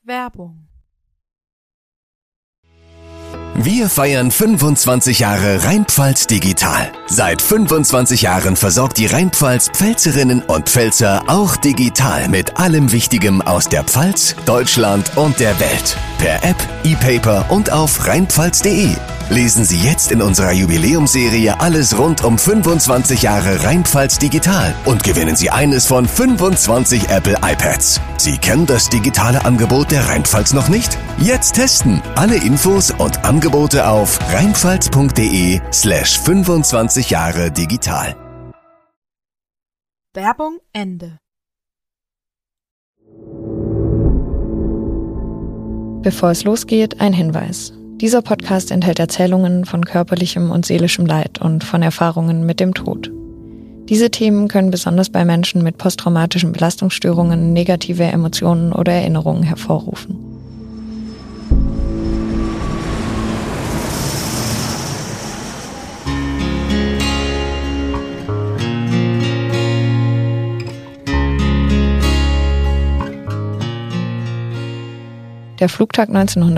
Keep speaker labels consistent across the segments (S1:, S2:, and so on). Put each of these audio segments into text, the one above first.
S1: Werbung.
S2: Wir feiern 25 Jahre Rheinpfalz digital. Seit 25 Jahren versorgt die Rheinpfalz Pfälzerinnen und Pfälzer auch digital mit allem Wichtigem aus der Pfalz, Deutschland und der Welt. Per App, E-Paper und auf rheinpfalz.de. Lesen Sie jetzt in unserer Jubiläumsserie alles rund um 25 Jahre Rheinpfalz digital und gewinnen Sie eines von 25 Apple iPads. Sie kennen das digitale Angebot der Rheinpfalz noch nicht? Jetzt testen! Alle Infos und Angebote auf rheinpfalz.de/25 Jahre digital.
S1: Werbung Ende.
S3: Bevor es losgeht, ein Hinweis. Dieser Podcast enthält Erzählungen von körperlichem und seelischem Leid und von Erfahrungen mit dem Tod. Diese Themen können besonders bei Menschen mit posttraumatischen Belastungsstörungen negative Emotionen oder Erinnerungen hervorrufen. Der Flugtag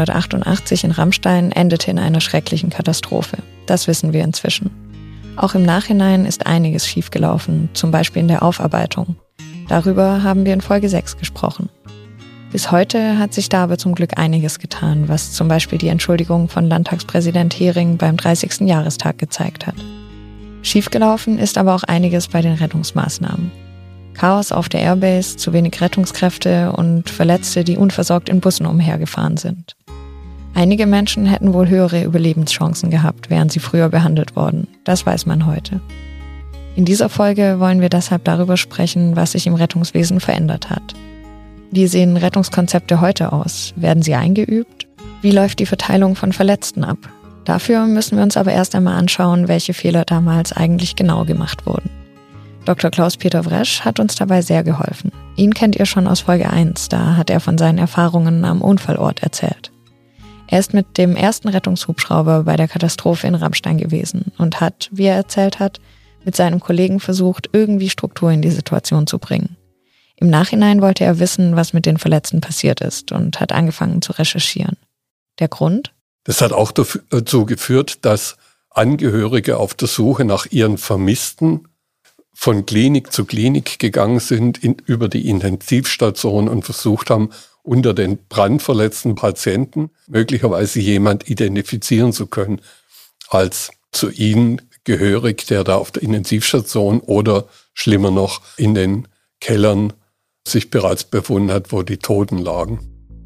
S3: 1988 in Rammstein endete in einer schrecklichen Katastrophe. Das wissen wir inzwischen. Auch im Nachhinein ist einiges schiefgelaufen, zum Beispiel in der Aufarbeitung. Darüber haben wir in Folge 6 gesprochen. Bis heute hat sich da aber zum Glück einiges getan, was zum Beispiel die Entschuldigung von Landtagspräsident Hering beim 30. Jahrestag gezeigt hat. Schiefgelaufen ist aber auch einiges bei den Rettungsmaßnahmen. Chaos auf der Airbase, zu wenig Rettungskräfte und Verletzte, die unversorgt in Bussen umhergefahren sind. Einige Menschen hätten wohl höhere Überlebenschancen gehabt, wären sie früher behandelt worden. Das weiß man heute. In dieser Folge wollen wir deshalb darüber sprechen, was sich im Rettungswesen verändert hat. Wie sehen Rettungskonzepte heute aus? Werden sie eingeübt? Wie läuft die Verteilung von Verletzten ab? Dafür müssen wir uns aber erst einmal anschauen, welche Fehler damals eigentlich genau gemacht wurden. Dr. Klaus-Peter Wresch hat uns dabei sehr geholfen. Ihn kennt ihr schon aus Folge 1, da hat er von seinen Erfahrungen am Unfallort erzählt. Er ist mit dem ersten Rettungshubschrauber bei der Katastrophe in Rammstein gewesen und hat, wie er erzählt hat, mit seinem Kollegen versucht, irgendwie Struktur in die Situation zu bringen. Im Nachhinein wollte er wissen, was mit den Verletzten passiert ist und hat angefangen zu recherchieren. Der Grund?
S4: Das hat auch dazu geführt, dass Angehörige auf der Suche nach ihren Vermissten von Klinik zu Klinik gegangen sind, über die Intensivstation und versucht haben, unter den brandverletzten Patienten möglicherweise jemand identifizieren zu können, als zu ihnen gehörig, der da auf der Intensivstation oder schlimmer noch in den Kellern sich bereits befunden hat, wo die Toten lagen.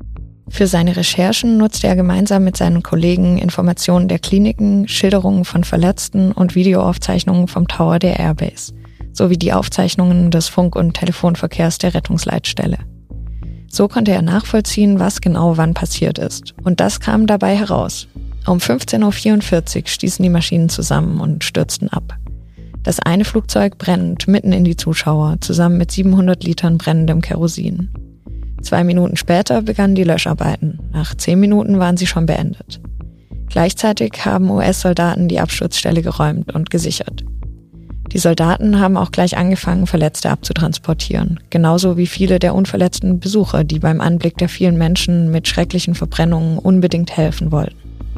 S3: Für seine Recherchen nutzte er gemeinsam mit seinen Kollegen Informationen der Kliniken, Schilderungen von Verletzten und Videoaufzeichnungen vom Tower der Airbase, sowie die Aufzeichnungen des Funk- und Telefonverkehrs der Rettungsleitstelle. So konnte er nachvollziehen, was genau wann passiert ist. Und das kam dabei heraus. Um 15.44 Uhr stießen die Maschinen zusammen und stürzten ab. Das eine Flugzeug brennend mitten in die Zuschauer, zusammen mit 700 Litern brennendem Kerosin. 2 Minuten später begannen die Löscharbeiten. Nach 10 Minuten waren sie schon beendet. Gleichzeitig haben US-Soldaten die Absturzstelle geräumt und gesichert. Die Soldaten haben auch gleich angefangen, Verletzte abzutransportieren, genauso wie viele der unverletzten Besucher, die beim Anblick der vielen Menschen mit schrecklichen Verbrennungen unbedingt helfen wollten.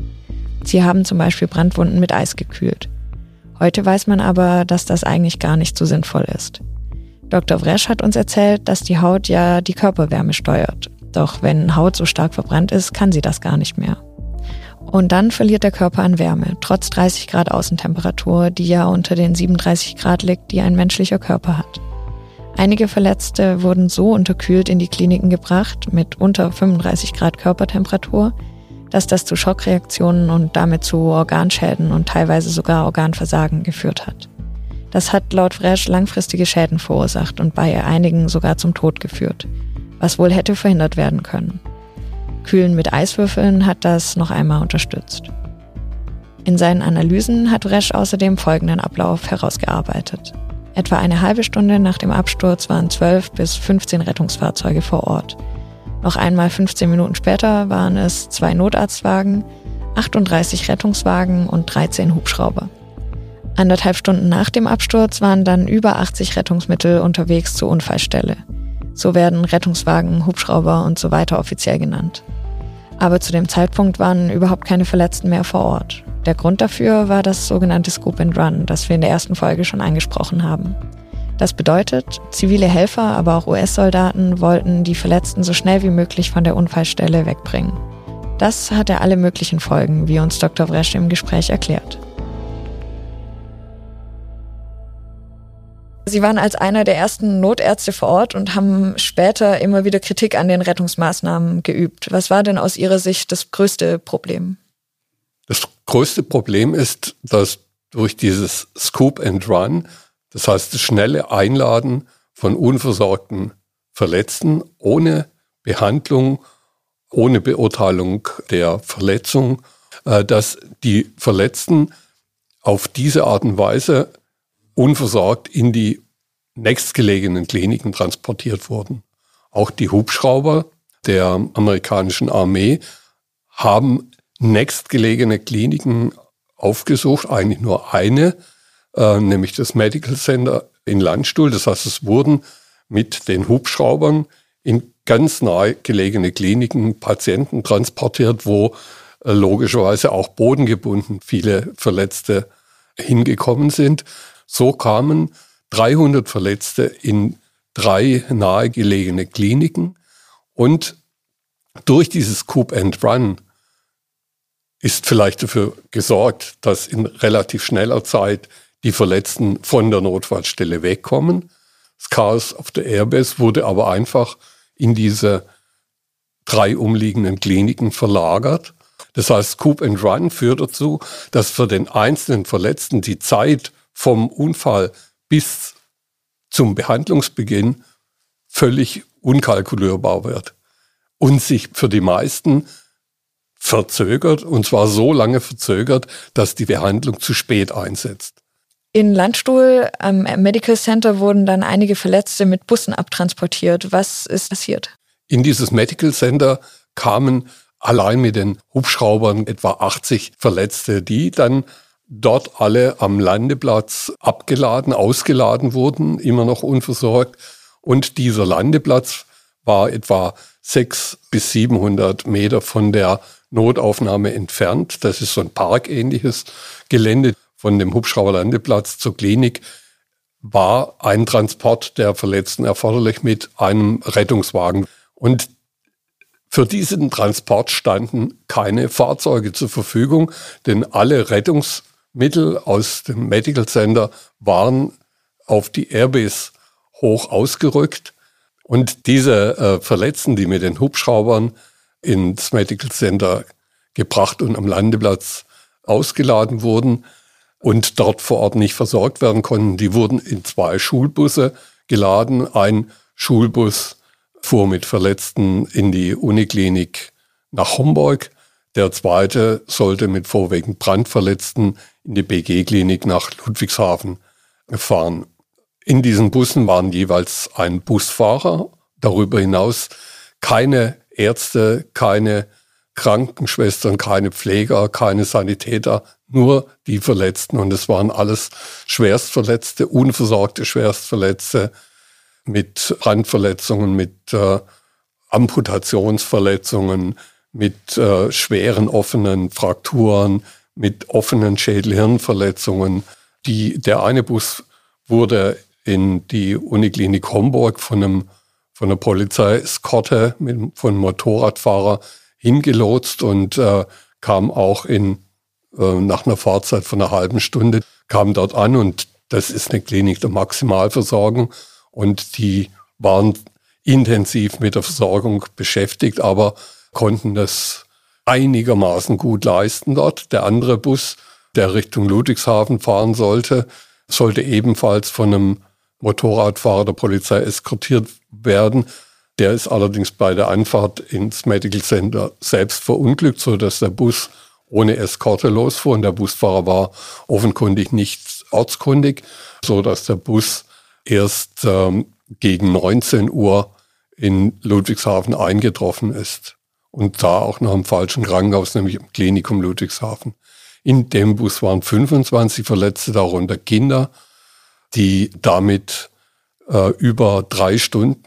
S3: Sie haben zum Beispiel Brandwunden mit Eis gekühlt. Heute weiß man aber, dass das eigentlich gar nicht so sinnvoll ist. Dr. Wresch hat uns erzählt, dass die Haut ja die Körperwärme steuert. Doch wenn Haut so stark verbrannt ist, kann sie das gar nicht mehr. Und dann verliert der Körper an Wärme, trotz 30 Grad Außentemperatur, die ja unter den 37 Grad liegt, die ein menschlicher Körper hat. Einige Verletzte wurden so unterkühlt in die Kliniken gebracht, mit unter 35 Grad Körpertemperatur, dass das zu Schockreaktionen und damit zu Organschäden und teilweise sogar Organversagen geführt hat. Das hat laut Wresch langfristige Schäden verursacht und bei einigen sogar zum Tod geführt, was wohl hätte verhindert werden können. Kühlen mit Eiswürfeln hat das noch einmal unterstützt. In seinen Analysen hat Wresch außerdem folgenden Ablauf herausgearbeitet. Etwa eine halbe Stunde nach dem Absturz waren 12 bis 15 Rettungsfahrzeuge vor Ort. Noch einmal 15 Minuten später waren es 2 Notarztwagen, 38 Rettungswagen und 13 Hubschrauber. 1,5 Stunden nach dem Absturz waren dann über 80 Rettungsmittel unterwegs zur Unfallstelle. So werden Rettungswagen, Hubschrauber und so weiter offiziell genannt. Aber zu dem Zeitpunkt waren überhaupt keine Verletzten mehr vor Ort. Der Grund dafür war das sogenannte Scoop and Run, das wir in der ersten Folge schon angesprochen haben. Das bedeutet, zivile Helfer, aber auch US-Soldaten wollten die Verletzten so schnell wie möglich von der Unfallstelle wegbringen. Das hatte alle möglichen Folgen, wie uns Dr. Wresch im Gespräch erklärt. Sie waren als einer der ersten Notärzte vor Ort und haben später immer wieder Kritik an den Rettungsmaßnahmen geübt. Was war denn aus Ihrer Sicht das größte Problem?
S4: Das größte Problem ist, dass durch dieses Scoop and Run, das heißt das schnelle Einladen von unversorgten Verletzten ohne Behandlung, ohne Beurteilung der Verletzung, dass die Verletzten auf diese Art und Weise unversorgt in die nächstgelegenen Kliniken transportiert wurden. Auch die Hubschrauber der amerikanischen Armee haben nächstgelegene Kliniken aufgesucht, eigentlich nur eine, nämlich das Medical Center in Landstuhl. Das heißt, es wurden mit den Hubschraubern in ganz nahe gelegene Kliniken Patienten transportiert, wo logischerweise auch bodengebunden viele Verletzte hingekommen sind. So kamen 300 Verletzte in 3 nahegelegene Kliniken und durch dieses Scoop and Run ist vielleicht dafür gesorgt, dass in relativ schneller Zeit die Verletzten von der Notfallstelle wegkommen. Das Chaos auf der Airbase wurde aber einfach in diese 3 umliegenden Kliniken verlagert. Das heißt, Scoop and Run führt dazu, dass für den einzelnen Verletzten die Zeit vom Unfall bis zum Behandlungsbeginn völlig unkalkulierbar wird und sich für die meisten verzögert, und zwar so lange verzögert, dass die Behandlung zu spät einsetzt.
S3: In Landstuhl am Medical Center wurden dann einige Verletzte mit Bussen abtransportiert. Was ist passiert?
S4: In dieses Medical Center kamen allein mit den Hubschraubern etwa 80 Verletzte, die dann dort alle am Landeplatz abgeladen, ausgeladen wurden, immer noch unversorgt. Und dieser Landeplatz war etwa 600 bis 700 Meter von der Notaufnahme entfernt. Das ist so ein parkähnliches Gelände. Von dem Hubschrauberlandeplatz zur Klinik war ein Transport der Verletzten erforderlich mit einem Rettungswagen. Und für diesen Transport standen keine Fahrzeuge zur Verfügung, denn alle Rettungsmittel aus dem Medical Center waren auf die Airbase hoch ausgerückt. Und diese Verletzten, die mit den Hubschraubern ins Medical Center gebracht und am Landeplatz ausgeladen wurden und dort vor Ort nicht versorgt werden konnten, die wurden in 2 Schulbusse geladen. Ein Schulbus fuhr mit Verletzten in die Uniklinik nach Homburg. Der zweite sollte mit vorwiegend Brandverletzten in die BG-Klinik nach Ludwigshafen fahren. In diesen Bussen waren jeweils ein Busfahrer, darüber hinaus keine Ärzte, keine Krankenschwestern, keine Pfleger, keine Sanitäter, nur die Verletzten. Und es waren alles Schwerstverletzte, unversorgte Schwerstverletzte mit Brandverletzungen, mit Amputationsverletzungen, mit schweren offenen Frakturen, mit offenen Schädel-Hirnverletzungen. Der eine Bus wurde in die Uniklinik Homburg von einer Polizeieskorte von einem Motorradfahrer hingelotst und kam auch nach einer Fahrzeit von einer halben Stunde, kam dort an, und das ist eine Klinik der Maximalversorgung und die waren intensiv mit der Versorgung beschäftigt, aber konnten das einigermaßen gut leisten dort. Der andere Bus, der Richtung Ludwigshafen fahren sollte ebenfalls von einem Motorradfahrer der Polizei eskortiert werden. Der ist allerdings bei der Anfahrt ins Medical Center selbst verunglückt, sodass der Bus ohne Eskorte losfuhr. Und der Busfahrer war offenkundig nicht ortskundig, sodass der Bus erst gegen 19 Uhr in Ludwigshafen eingetroffen ist. Und da auch noch im falschen Krankenhaus, nämlich im Klinikum Ludwigshafen. In dem Bus waren 25 Verletzte, darunter Kinder, die damit über 3 Stunden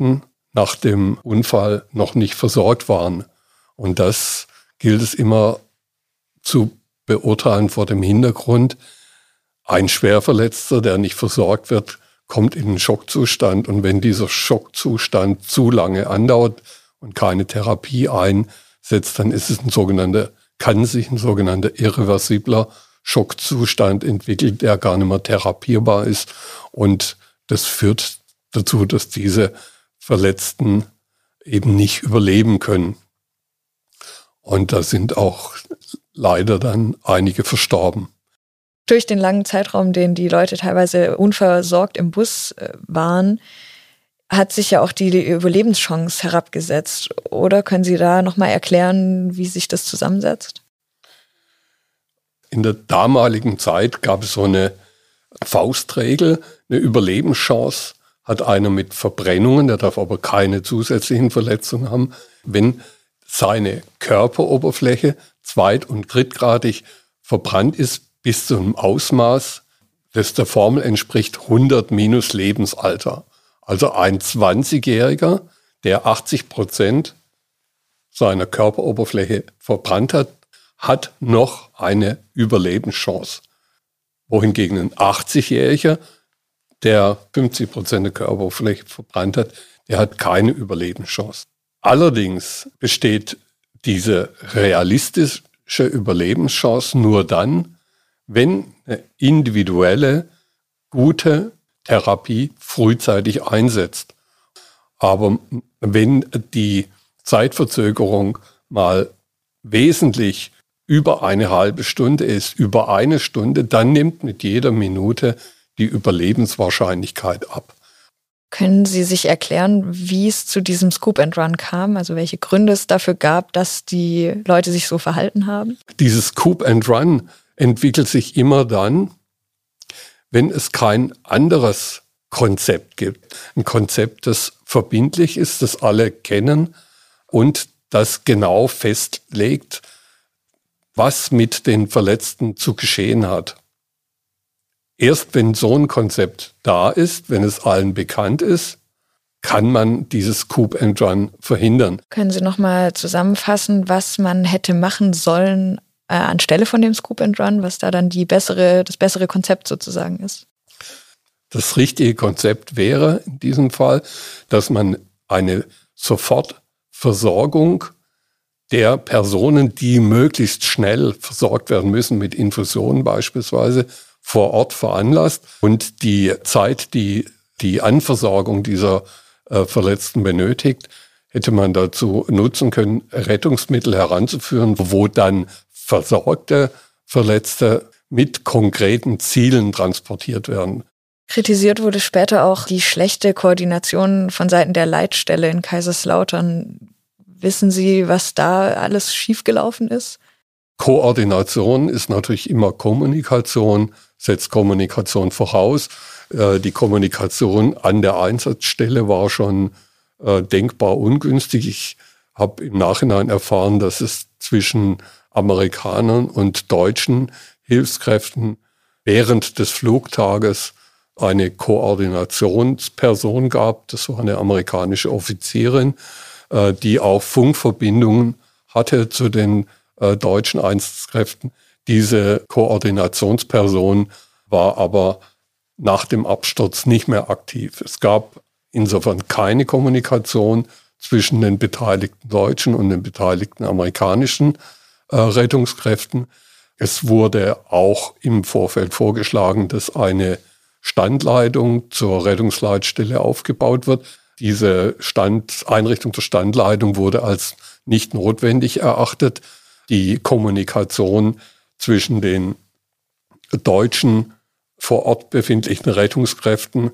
S4: nach dem Unfall noch nicht versorgt waren. Und das gilt es immer zu beurteilen vor dem Hintergrund, ein Schwerverletzter, der nicht versorgt wird, kommt in einen Schockzustand. Und wenn dieser Schockzustand zu lange andauert und keine Therapie einsetzt, dann ist es kann sich ein sogenannter irreversibler Schockzustand entwickeln, der gar nicht mehr therapierbar ist. Und das führt dazu, dass diese Verletzten eben nicht überleben können. Und da sind auch leider dann einige verstorben.
S3: Durch den langen Zeitraum, den die Leute teilweise unversorgt im Bus waren, hat sich ja auch die Überlebenschance herabgesetzt. Oder können Sie da nochmal erklären, wie sich das zusammensetzt?
S4: In der damaligen Zeit gab es so eine Faustregel, eine Überlebenschance hat einer mit Verbrennungen, der darf aber keine zusätzlichen Verletzungen haben, wenn seine Körperoberfläche zweit- und drittgradig verbrannt ist, bis zu einem Ausmaß, das der Formel entspricht 100 minus Lebensalter. Also ein 20-Jähriger, der 80% seiner Körperoberfläche verbrannt hat, hat noch eine Überlebenschance. Wohingegen ein 80-Jähriger, der 50% der Körperoberfläche verbrannt hat, der hat keine Überlebenschance. Allerdings besteht diese realistische Überlebenschance nur dann, wenn eine individuelle, gute Therapie frühzeitig einsetzt. Aber wenn die Zeitverzögerung mal wesentlich über eine halbe Stunde ist, über eine Stunde, dann nimmt mit jeder Minute die Überlebenswahrscheinlichkeit ab.
S3: Können Sie sich erklären, wie es zu diesem Scoop and Run kam? Also welche Gründe es dafür gab, dass die Leute sich so verhalten haben?
S4: Dieses Scoop and Run entwickelt sich immer dann, wenn es kein anderes Konzept gibt. Ein Konzept, das verbindlich ist, das alle kennen und das genau festlegt, was mit den Verletzten zu geschehen hat. Erst wenn so ein Konzept da ist, wenn es allen bekannt ist, kann man dieses Scoop and Run verhindern.
S3: Können Sie nochmal zusammenfassen, was man hätte machen sollen anstelle von dem Scoop and Run, was da dann das bessere Konzept sozusagen ist?
S4: Das richtige Konzept wäre in diesem Fall, dass man eine Sofortversorgung der Personen, die möglichst schnell versorgt werden müssen, mit Infusionen beispielsweise, vor Ort veranlasst und die Zeit, die die Anversorgung dieser Verletzten benötigt, hätte man dazu nutzen können, Rettungsmittel heranzuführen, wo dann versorgte Verletzte mit konkreten Zielen transportiert werden.
S3: Kritisiert wurde später auch die schlechte Koordination von Seiten der Leitstelle in Kaiserslautern. Wissen Sie, was da alles schiefgelaufen ist?
S4: Koordination ist natürlich immer Kommunikation, setzt Kommunikation voraus. Die Kommunikation an der Einsatzstelle war schon denkbar ungünstig. Ich habe im Nachhinein erfahren, dass es zwischen Amerikanern und deutschen Hilfskräften während des Flugtages eine Koordinationsperson gab. Das war eine amerikanische Offizierin, die auch Funkverbindungen hatte zu den deutschen Einsatzkräften. Diese Koordinationsperson war aber nach dem Absturz nicht mehr aktiv. Es gab insofern keine Kommunikation zwischen den beteiligten deutschen und den beteiligten amerikanischen Rettungskräften. Es wurde auch im Vorfeld vorgeschlagen, dass eine Standleitung zur Rettungsleitstelle aufgebaut wird. Diese Einrichtung der Standleitung wurde als nicht notwendig erachtet. Die Kommunikation zwischen den deutschen vor Ort befindlichen Rettungskräften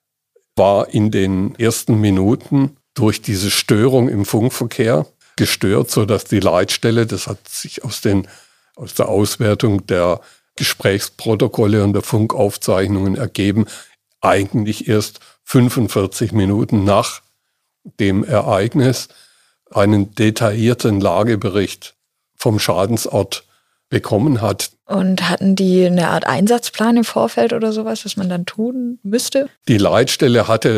S4: war in den ersten Minuten durch diese Störung im Funkverkehr gestört, sodass die Leitstelle, das hat sich aus der Auswertung der Gesprächsprotokolle und der Funkaufzeichnungen ergeben, eigentlich erst 45 Minuten nach dem Ereignis einen detaillierten Lagebericht vom Schadensort bekommen hat.
S3: Und hatten die eine Art Einsatzplan im Vorfeld oder sowas, was man dann tun müsste?
S4: Die Leitstelle hatte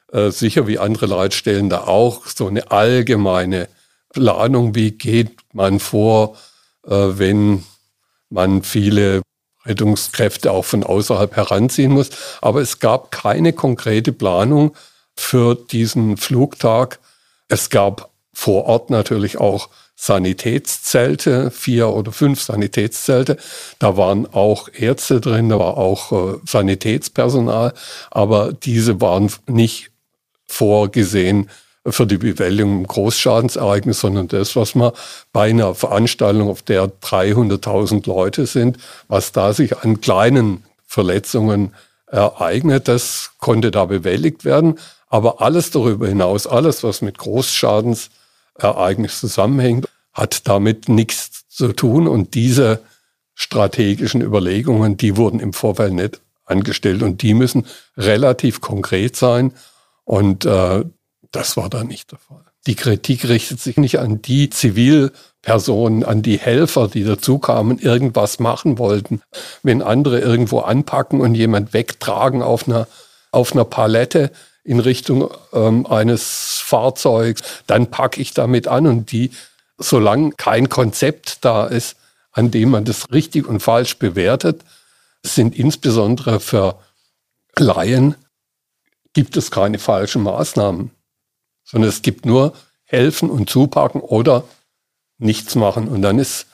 S4: sicher wie andere Leitstellen da auch so eine allgemeine Planung, wie geht man vor, wenn man viele Rettungskräfte auch von außerhalb heranziehen muss. Aber es gab keine konkrete Planung für diesen Flugtag. Es gab vor Ort natürlich auch Sanitätszelte, 4 oder 5 Sanitätszelte. Da waren auch Ärzte drin, da war auch Sanitätspersonal, aber diese waren nicht vorgesehen für die Bewältigung des Großschadensereignisses, sondern das, was man bei einer Veranstaltung, auf der 300.000 Leute sind, was da sich an kleinen Verletzungen ereignet, das konnte da bewältigt werden. Aber alles darüber hinaus, alles, was mit Großschadensereignis zusammenhängt, hat damit nichts zu tun. Und diese strategischen Überlegungen, die wurden im Vorfeld nicht angestellt und die müssen relativ konkret sein. Und das war da nicht der Fall. Die Kritik richtet sich nicht an die Zivilpersonen, an die Helfer, die dazukamen, irgendwas machen wollten. Wenn andere irgendwo anpacken und jemand wegtragen auf einer Palette in Richtung eines Fahrzeugs, dann packe ich damit an. Und solange kein Konzept da ist, an dem man das richtig und falsch bewertet, sind insbesondere für Laien, gibt es keine falschen Maßnahmen, sondern es gibt nur helfen und zupacken oder nichts machen. Und dann ist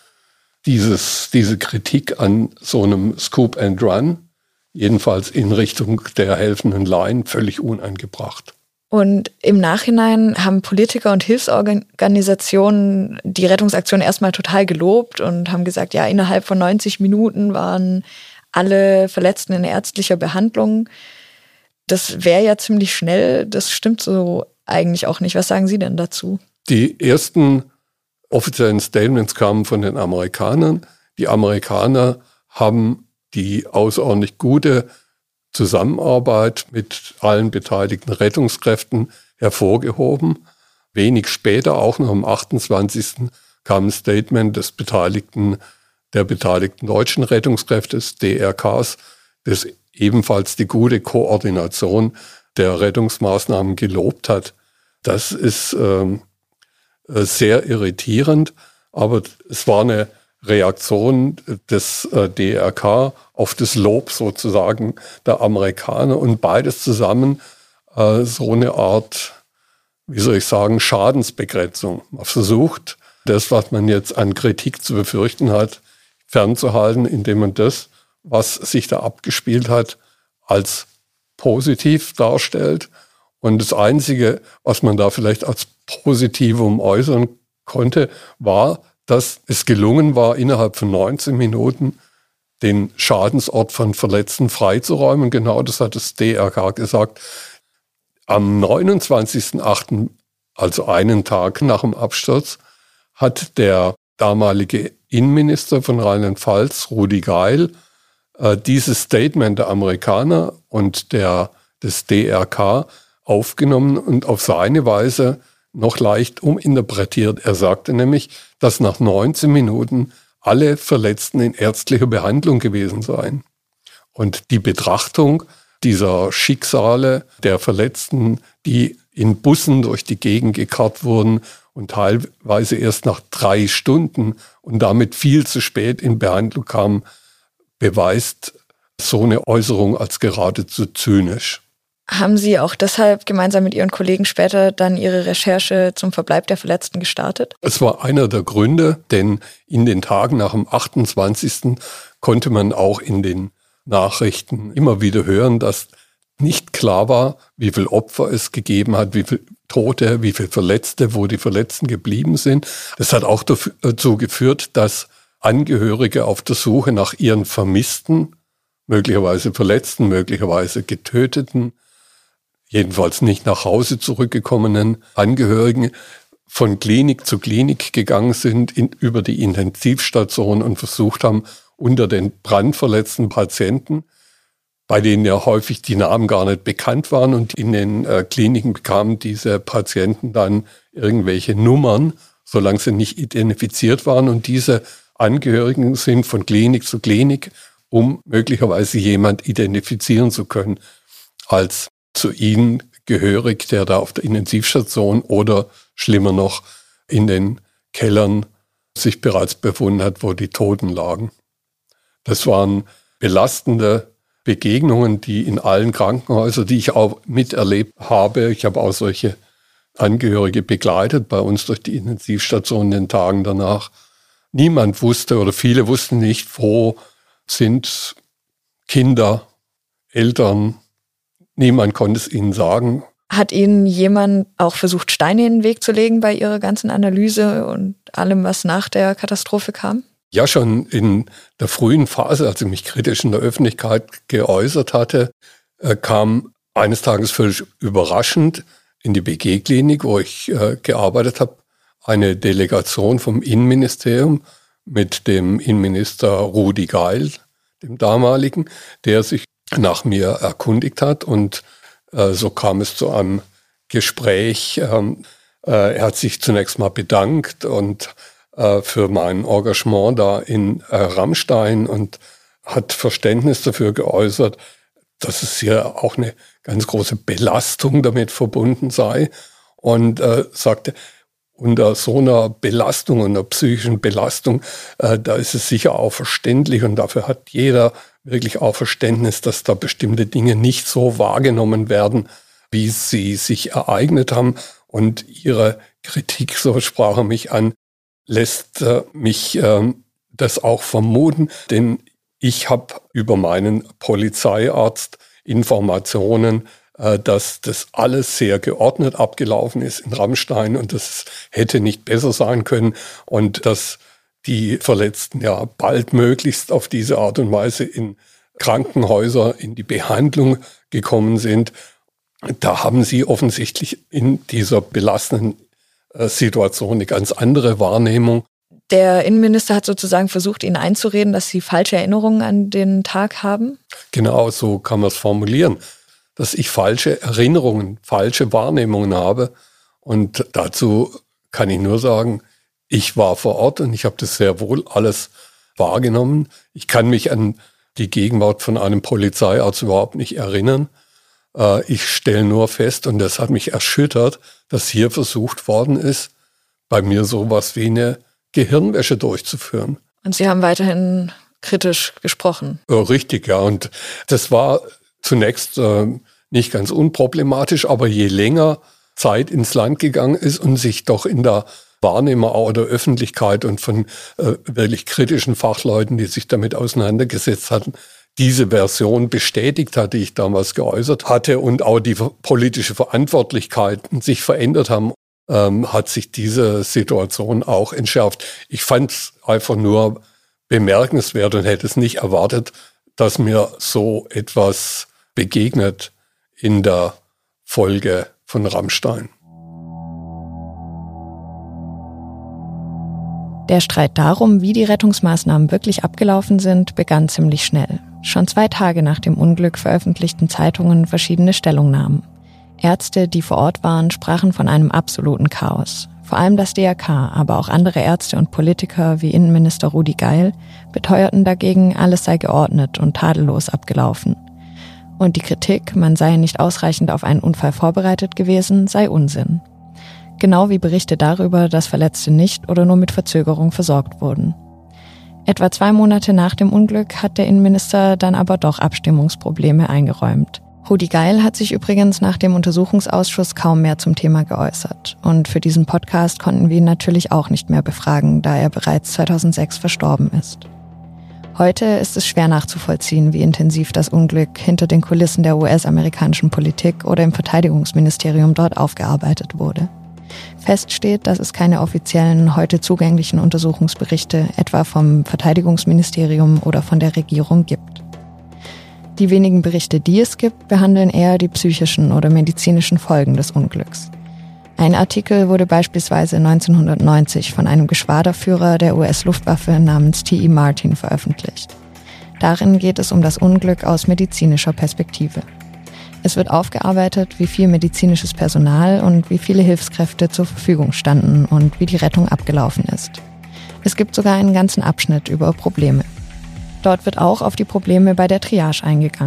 S4: diese Kritik an so einem Scoop and Run, jedenfalls in Richtung der helfenden Laien, völlig unangebracht.
S3: Und im Nachhinein haben Politiker und Hilfsorganisationen die Rettungsaktion erstmal total gelobt und haben gesagt, ja, innerhalb von 90 Minuten waren alle Verletzten in ärztlicher Behandlung. Das wäre ja ziemlich schnell, das stimmt so eigentlich auch nicht. Was sagen Sie denn dazu?
S4: Die ersten offiziellen Statements kamen von den Amerikanern. Die Amerikaner haben die außerordentlich gute Zusammenarbeit mit allen beteiligten Rettungskräften hervorgehoben. Wenig später, auch noch am 28. kam ein Statement der beteiligten deutschen Rettungskräfte, des DRKs, das ebenfalls die gute Koordination der Rettungsmaßnahmen gelobt hat. Das ist sehr irritierend, aber es war eine Reaktion des DRK auf das Lob sozusagen der Amerikaner und beides zusammen so eine Art, wie soll ich sagen, Schadensbegrenzung. Man versucht, das, was man jetzt an Kritik zu befürchten hat, fernzuhalten, indem man das, was sich da abgespielt hat, als positiv darstellt. Und das Einzige, was man da vielleicht als Positivum äußern konnte, war, dass es gelungen war, innerhalb von 19 Minuten den Schadensort von Verletzten freizuräumen. Genau das hat das DRK gesagt. Am 29.08., also einen Tag nach dem Absturz, hat der damalige Innenminister von Rheinland-Pfalz, Rudi Geil, dieses Statement der Amerikaner und des DRK aufgenommen und auf seine Weise noch leicht uminterpretiert. Er sagte nämlich, dass nach 19 Minuten alle Verletzten in ärztlicher Behandlung gewesen seien. Und die Betrachtung dieser Schicksale der Verletzten, die in Bussen durch die Gegend gekarrt wurden und teilweise erst nach 3 Stunden und damit viel zu spät in Behandlung kamen, beweist so eine Äußerung als geradezu zynisch.
S3: Haben Sie auch deshalb gemeinsam mit Ihren Kollegen später dann Ihre Recherche zum Verbleib der Verletzten gestartet?
S4: Es war einer der Gründe, denn in den Tagen nach dem 28. konnte man auch in den Nachrichten immer wieder hören, dass nicht klar war, wie viele Opfer es gegeben hat, wie viele Tote, wie viele Verletzte, wo die Verletzten geblieben sind. Das hat auch dazu geführt, dass Angehörige auf der Suche nach ihren Vermissten, möglicherweise Verletzten, möglicherweise Getöteten, jedenfalls nicht nach Hause zurückgekommenen Angehörigen von Klinik zu Klinik gegangen sind, über die Intensivstation und versucht haben, unter den brandverletzten Patienten, bei denen ja häufig die Namen gar nicht bekannt waren, und in den Kliniken bekamen diese Patienten dann irgendwelche Nummern, solange sie nicht identifiziert waren, und diese Angehörigen sind von Klinik zu Klinik, um möglicherweise jemand identifizieren zu können, als zu ihnen gehörig, der da auf der Intensivstation oder schlimmer noch in den Kellern sich bereits befunden hat, wo die Toten lagen. Das waren belastende Begegnungen, die in allen Krankenhäusern, die ich auch miterlebt habe, ich habe auch solche Angehörige begleitet bei uns durch die Intensivstation in den Tagen danach. Niemand wusste oder viele wussten nicht, wo sind Kinder, Eltern. Niemand konnte es ihnen sagen.
S3: Hat Ihnen jemand auch versucht, Steine in den Weg zu legen bei Ihrer ganzen Analyse und allem, was nach der Katastrophe kam?
S4: Ja, schon in der frühen Phase, als ich mich kritisch in der Öffentlichkeit geäußert hatte, kam eines Tages völlig überraschend in die BG-Klinik, wo ich gearbeitet habe, eine Delegation vom Innenministerium mit dem Innenminister Rudi Geil, dem damaligen, der sich nach mir erkundigt hat. Und so kam es zu einem Gespräch. Er hat sich zunächst mal bedankt und für mein Engagement da in Rammstein und hat Verständnis dafür geäußert, dass es hier auch eine ganz große Belastung damit verbunden sei. Und sagte, unter so einer Belastung, einer psychischen Belastung, da ist es sicher auch verständlich und dafür hat jeder wirklich auch Verständnis, dass da bestimmte Dinge nicht so wahrgenommen werden, wie sie sich ereignet haben. Und ihre Kritik, so sprach er mich an, lässt mich das auch vermuten, denn ich habe über meinen Polizeiarzt Informationen, dass das alles sehr geordnet abgelaufen ist in Rammstein und das hätte nicht besser sein können und dass die Verletzten ja baldmöglichst auf diese Art und Weise in Krankenhäuser in die Behandlung gekommen sind. Da haben sie offensichtlich in dieser belastenden Situation eine ganz andere Wahrnehmung.
S3: Der Innenminister hat sozusagen versucht, Ihnen einzureden, dass Sie falsche Erinnerungen an den Tag haben?
S4: Genau, so kann man es formulieren, dass ich falsche Erinnerungen, falsche Wahrnehmungen habe. Und dazu kann ich nur sagen, ich war vor Ort und ich habe das sehr wohl alles wahrgenommen. Ich kann mich an die Gegenwart von einem Polizeiarzt überhaupt nicht erinnern. Ich stelle nur fest, und das hat mich erschüttert, dass hier versucht worden ist, bei mir sowas wie eine Gehirnwäsche durchzuführen.
S3: Und Sie haben weiterhin kritisch gesprochen.
S4: Richtig, ja. Und das war zunächst nicht ganz unproblematisch, aber je länger Zeit ins Land gegangen ist und sich doch in der Wahrnehmer auch der Öffentlichkeit und von wirklich kritischen Fachleuten, die sich damit auseinandergesetzt hatten, diese Version bestätigt hat, die ich damals geäußert hatte und auch die politische Verantwortlichkeiten sich verändert haben, hat sich diese Situation auch entschärft. Ich fand es einfach nur bemerkenswert und hätte es nicht erwartet, dass mir so etwas begegnet in der Folge von Rammstein.
S3: Der Streit darum, wie die Rettungsmaßnahmen wirklich abgelaufen sind, begann ziemlich schnell. Schon 2 Tage nach dem Unglück veröffentlichten Zeitungen verschiedene Stellungnahmen. Ärzte, die vor Ort waren, sprachen von einem absoluten Chaos. Vor allem das DRK, aber auch andere Ärzte und Politiker wie Innenminister Rudi Geil beteuerten dagegen, alles sei geordnet und tadellos abgelaufen. Und die Kritik, man sei nicht ausreichend auf einen Unfall vorbereitet gewesen, sei Unsinn. Genau wie Berichte darüber, dass Verletzte nicht oder nur mit Verzögerung versorgt wurden. Etwa 2 Monate nach dem Unglück hat der Innenminister dann aber doch Abstimmungsprobleme eingeräumt. Rudi Geil hat sich übrigens nach dem Untersuchungsausschuss kaum mehr zum Thema geäußert. Und für diesen Podcast konnten wir ihn natürlich auch nicht mehr befragen, da er bereits 2006 verstorben ist. Heute ist es schwer nachzuvollziehen, wie intensiv das Unglück hinter den Kulissen der US-amerikanischen Politik oder im Verteidigungsministerium dort aufgearbeitet wurde. Fest steht, dass es keine offiziellen, heute zugänglichen Untersuchungsberichte, etwa vom Verteidigungsministerium oder von der Regierung gibt. Die wenigen Berichte, die es gibt, behandeln eher die psychischen oder medizinischen Folgen des Unglücks. Ein Artikel wurde beispielsweise 1990 von einem Geschwaderführer der US-Luftwaffe namens T.E. Martin veröffentlicht. Darin geht es um das Unglück aus medizinischer Perspektive. Es wird aufgearbeitet, wie viel medizinisches Personal und wie viele Hilfskräfte zur Verfügung standen und wie die Rettung abgelaufen ist. Es gibt sogar einen ganzen Abschnitt über Probleme. Dort wird auch auf die Probleme bei der Triage eingegangen.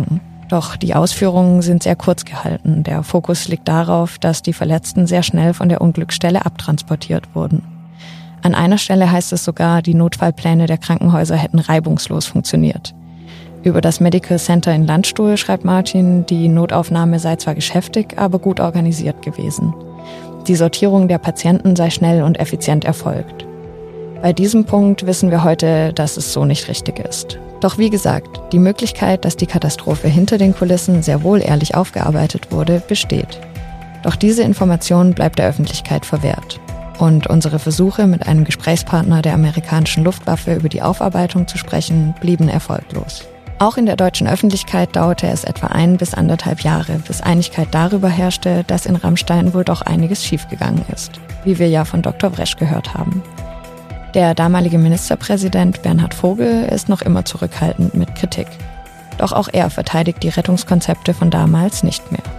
S3: Doch die Ausführungen sind sehr kurz gehalten. Der Fokus liegt darauf, dass die Verletzten sehr schnell von der Unglücksstelle abtransportiert wurden. An einer Stelle heißt es sogar, die Notfallpläne der Krankenhäuser hätten reibungslos funktioniert. Über das Medical Center in Landstuhl schreibt Martin, die Notaufnahme sei zwar geschäftig, aber gut organisiert gewesen. Die Sortierung der Patienten sei schnell und effizient erfolgt. Bei diesem Punkt wissen wir heute, dass es so nicht richtig ist. Doch wie gesagt, die Möglichkeit, dass die Katastrophe hinter den Kulissen sehr wohl ehrlich aufgearbeitet wurde, besteht. Doch diese Information bleibt der Öffentlichkeit verwehrt. Und unsere Versuche, mit einem Gesprächspartner der amerikanischen Luftwaffe über die Aufarbeitung zu sprechen, blieben erfolglos. Auch in der deutschen Öffentlichkeit dauerte es etwa 1 bis 1,5 Jahre, bis Einigkeit darüber herrschte, dass in Ramstein wohl doch einiges schiefgegangen ist, wie wir ja von Dr. Bresch gehört haben. Der damalige Ministerpräsident Bernhard Vogel ist noch immer zurückhaltend mit Kritik. Doch auch er verteidigt die Rettungskonzepte von damals nicht mehr.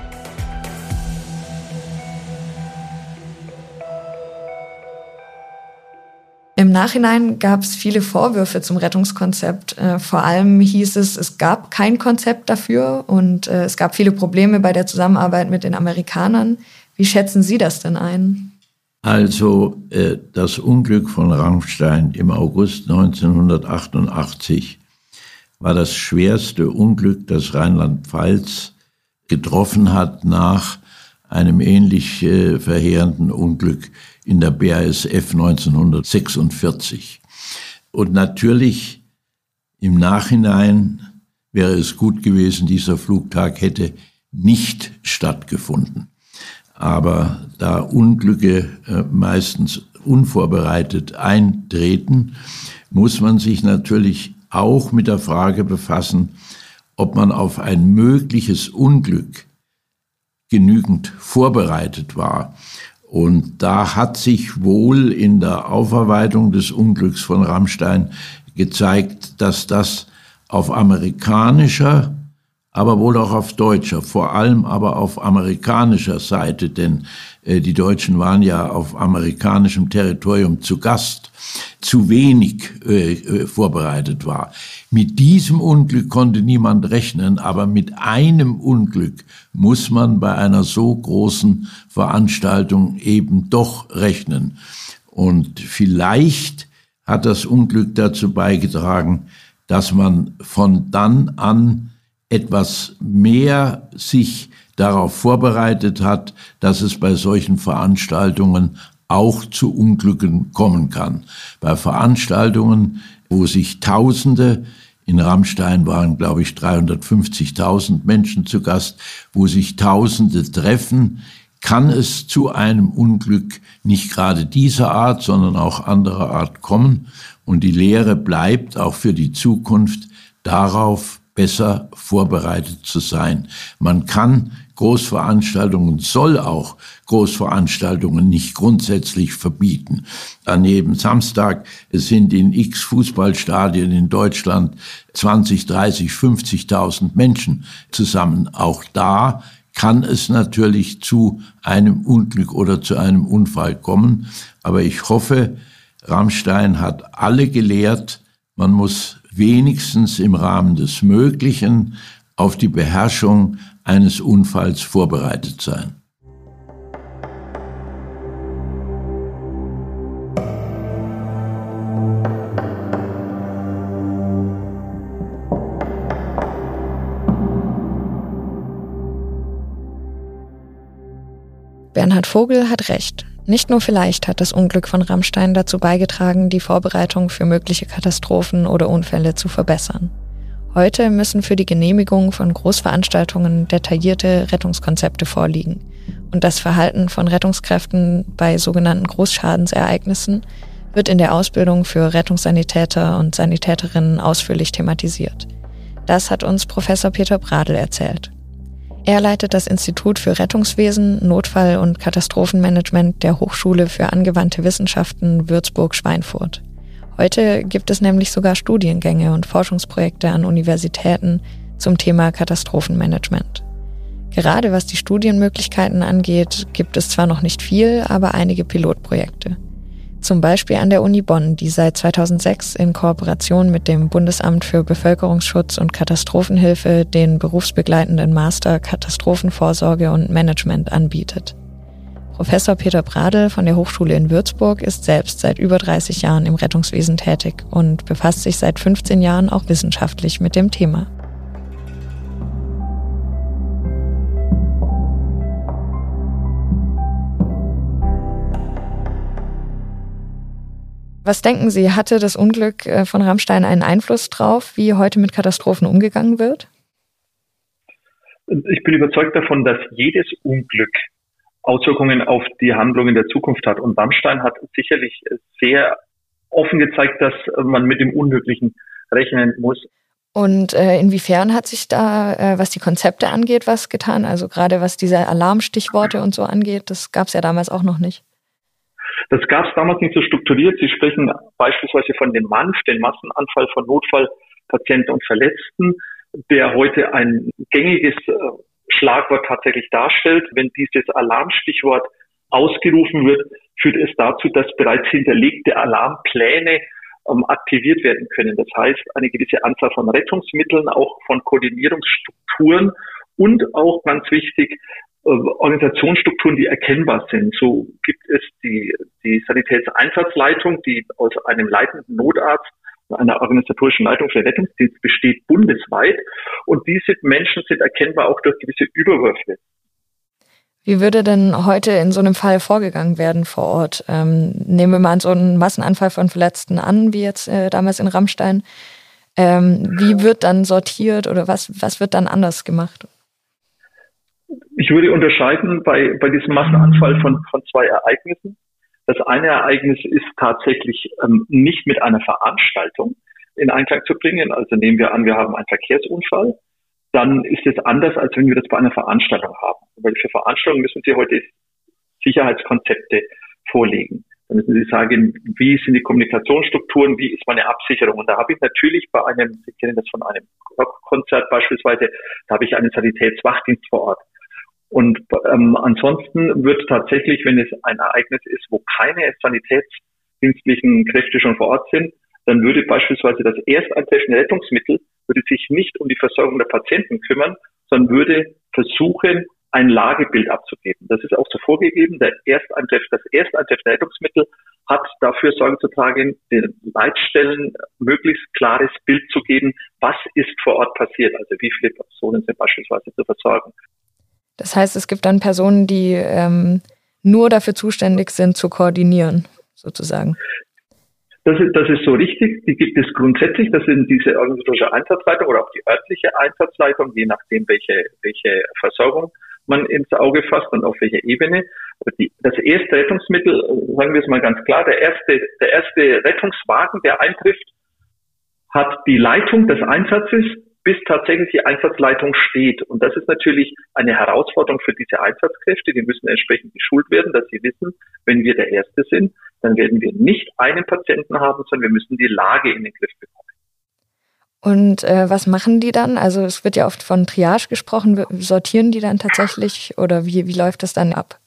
S3: Im Nachhinein gab es viele Vorwürfe zum Rettungskonzept. Vor allem hieß es gab kein Konzept dafür und es gab viele Probleme bei der Zusammenarbeit mit den Amerikanern. Wie schätzen Sie das denn ein?
S1: Also das Unglück von Ramstein im August 1988 war das schwerste Unglück, das Rheinland-Pfalz getroffen hat nach einem ähnlich verheerenden Unglück in der BASF 1946. Und natürlich im Nachhinein wäre es gut gewesen, dieser Flugtag hätte nicht stattgefunden. Aber da Unglücke meistens unvorbereitet eintreten, muss man sich natürlich auch mit der Frage befassen, ob man auf ein mögliches Unglück genügend vorbereitet war. Und da hat sich wohl in der Aufarbeitung des Unglücks von Ramstein gezeigt, dass das auf amerikanischer, aber wohl auch auf deutscher, vor allem aber auf amerikanischer Seite, denn die Deutschen waren ja auf amerikanischem Territorium zu Gast, zu wenig vorbereitet war. Mit diesem Unglück konnte niemand rechnen, aber mit einem Unglück muss man bei einer so großen Veranstaltung eben doch rechnen. Und vielleicht hat das Unglück dazu beigetragen, dass man von dann an etwas mehr sich darauf vorbereitet hat, dass es bei solchen Veranstaltungen auch zu Unglücken kommen kann. Bei Veranstaltungen, wo sich Tausende, in Ramstein waren, glaube ich, 350.000 Menschen zu Gast, wo sich Tausende treffen, kann es zu einem Unglück nicht gerade dieser Art, sondern auch anderer Art kommen. Und die Lehre bleibt auch für die Zukunft darauf, besser vorbereitet zu sein. Man kann Großveranstaltungen, soll auch Großveranstaltungen nicht grundsätzlich verbieten. An jedem Samstag sind in x Fußballstadien in Deutschland 20, 30, 50.000 Menschen zusammen. Auch da kann es natürlich zu einem Unglück oder zu einem Unfall kommen. Aber ich hoffe, Ramstein hat alle gelehrt, man muss wenigstens im Rahmen des Möglichen auf die Beherrschung eines Unfalls vorbereitet sein.
S3: Bernhard Vogel hat recht. Nicht nur vielleicht hat das Unglück von Ramstein dazu beigetragen, die Vorbereitung für mögliche Katastrophen oder Unfälle zu verbessern. Heute müssen für die Genehmigung von Großveranstaltungen detaillierte Rettungskonzepte vorliegen. Und das Verhalten von Rettungskräften bei sogenannten Großschadensereignissen wird in der Ausbildung für Rettungssanitäter und Sanitäterinnen ausführlich thematisiert. Das hat uns Professor Peter Bradl erzählt. Er leitet das Institut für Rettungswesen, Notfall- und Katastrophenmanagement der Hochschule für angewandte Wissenschaften Würzburg-Schweinfurt. Heute gibt es nämlich sogar Studiengänge und Forschungsprojekte an Universitäten zum Thema Katastrophenmanagement. Gerade was die Studienmöglichkeiten angeht, gibt es zwar noch nicht viel, aber einige Pilotprojekte. zum Beispiel an der Uni Bonn, die seit 2006 in Kooperation mit dem Bundesamt für Bevölkerungsschutz und Katastrophenhilfe den berufsbegleitenden Master Katastrophenvorsorge und Management anbietet. Professor Peter Bradl von der Hochschule in Würzburg ist selbst seit über 30 Jahren im Rettungswesen tätig und befasst sich seit 15 Jahren auch wissenschaftlich mit dem Thema. Was denken Sie, hatte das Unglück von Ramstein einen Einfluss drauf, wie heute mit Katastrophen umgegangen wird?
S5: Ich bin überzeugt davon, dass jedes Unglück Auswirkungen auf die Handlung in der Zukunft hat. Und Ramstein hat sicherlich sehr offen gezeigt, dass man mit dem Unmöglichen rechnen muss.
S3: Und inwiefern hat sich da, was die Konzepte angeht, was getan? Also gerade was diese Alarmstichworte und so angeht, das gab es ja damals auch noch nicht.
S5: Das gab es damals nicht so strukturiert. Sie sprechen beispielsweise von dem MANF, den Massenanfall von Notfallpatienten und Verletzten, der heute ein gängiges Schlagwort tatsächlich darstellt. Wenn dieses Alarmstichwort ausgerufen wird, führt es dazu, dass bereits hinterlegte Alarmpläne aktiviert werden können. Das heißt, eine gewisse Anzahl von Rettungsmitteln, auch von Koordinierungsstrukturen und auch ganz wichtig, Organisationsstrukturen, die erkennbar sind. So gibt es die Sanitätseinsatzleitung, die aus einem leitenden Notarzt, einer organisatorischen Leitung für den Rettungsdienst besteht, bundesweit. Und diese Menschen sind erkennbar auch durch gewisse Überwürfe.
S3: Wie würde denn heute in so einem Fall vorgegangen werden vor Ort? Nehmen wir mal so einen Massenanfall von Verletzten an, wie jetzt damals in Ramstein. Wie wird dann sortiert oder was wird dann anders gemacht?
S5: Ich würde unterscheiden bei diesem Massenanfall von zwei Ereignissen. Das eine Ereignis ist tatsächlich nicht mit einer Veranstaltung in Einklang zu bringen. Also nehmen wir an, wir haben einen Verkehrsunfall. Dann ist es anders, als wenn wir das bei einer Veranstaltung haben. Weil für Veranstaltungen müssen Sie heute Sicherheitskonzepte vorlegen. Da müssen Sie sagen, wie sind die Kommunikationsstrukturen, wie ist meine Absicherung. Und da habe ich natürlich bei einem, Sie kennen das von einem Rockkonzert beispielsweise, da habe ich einen Sanitätswachdienst vor Ort. Und ansonsten wird tatsächlich, wenn es ein Ereignis ist, wo keine sanitätsdienstlichen Kräfte schon vor Ort sind, dann würde beispielsweise das ersteintreffende Rettungsmittel würde sich nicht um die Versorgung der Patienten kümmern, sondern würde versuchen, ein Lagebild abzugeben. Das ist auch so vorgegeben. Das ersteintreffende Rettungsmittel hat dafür Sorge zu tragen, den Leitstellen möglichst klares Bild zu geben, was ist vor Ort passiert, also wie viele Personen sind beispielsweise zu versorgen.
S3: Das heißt, es gibt dann Personen, die nur dafür zuständig sind, zu koordinieren, sozusagen.
S5: Das ist so richtig. Die gibt es grundsätzlich. Das sind diese organisatorische Einsatzleitung oder auch die örtliche Einsatzleitung, je nachdem, welche Versorgung man ins Auge fasst und auf welcher Ebene. Aber das erste Rettungsmittel, sagen wir es mal ganz klar, der erste Rettungswagen, der eintrifft, hat die Leitung des Einsatzes, bis tatsächlich die Einsatzleitung steht. Und das ist natürlich eine Herausforderung für diese Einsatzkräfte. Die müssen entsprechend geschult werden, dass sie wissen, wenn wir der Erste sind, dann werden wir nicht einen Patienten haben, sondern wir müssen die Lage in den Griff bekommen.
S3: Und was machen die dann? Also es wird ja oft von Triage gesprochen. Sortieren die dann tatsächlich oder wie läuft das dann ab?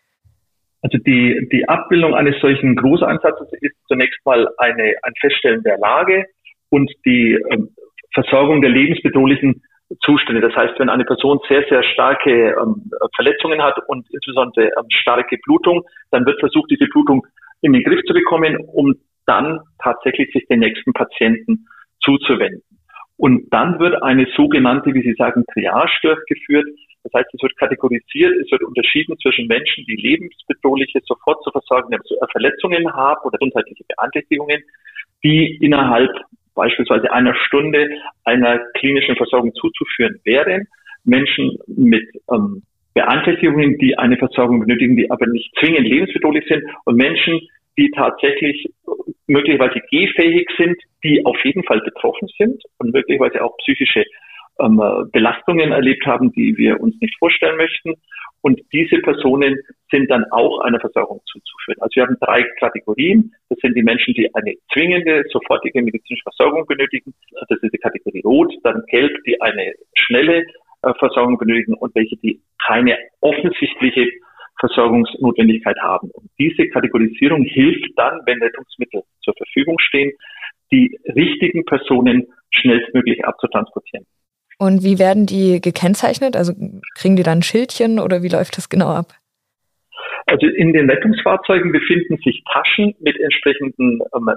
S5: Also die Abbildung eines solchen Großeinsatzes ist zunächst mal ein Feststellen der Lage und die Versorgung der lebensbedrohlichen Zustände. Das heißt, wenn eine Person sehr, sehr starke Verletzungen hat und insbesondere starke Blutung, dann wird versucht, diese Blutung in den Griff zu bekommen, um dann tatsächlich sich den nächsten Patienten zuzuwenden. Und dann wird eine sogenannte, wie Sie sagen, Triage durchgeführt. Das heißt, es wird kategorisiert, es wird unterschieden zwischen Menschen, die lebensbedrohliche, sofort zu versorgende Verletzungen haben oder gesundheitliche Beeinträchtigungen, die innerhalb beispielsweise einer Stunde einer klinischen Versorgung zuzuführen wären. Menschen mit Beeinträchtigungen, die eine Versorgung benötigen, die aber nicht zwingend lebensbedrohlich sind und Menschen, die tatsächlich möglicherweise gehfähig sind, die auf jeden Fall betroffen sind und möglicherweise auch psychische Belastungen erlebt haben, die wir uns nicht vorstellen möchten. Und diese Personen sind dann auch einer Versorgung zuzuführen. Also wir haben 3 Kategorien. Das sind die Menschen, die eine zwingende, sofortige medizinische Versorgung benötigen. Das ist die Kategorie Rot, dann Gelb, die eine schnelle Versorgung benötigen und welche, die keine offensichtliche Versorgungsnotwendigkeit haben. Und diese Kategorisierung hilft dann, wenn Rettungsmittel zur Verfügung stehen, die richtigen Personen schnellstmöglich abzutransportieren.
S3: Und wie werden die gekennzeichnet? Also kriegen die dann ein Schildchen oder wie läuft das genau ab?
S5: Also in den Rettungsfahrzeugen befinden sich Taschen mit entsprechenden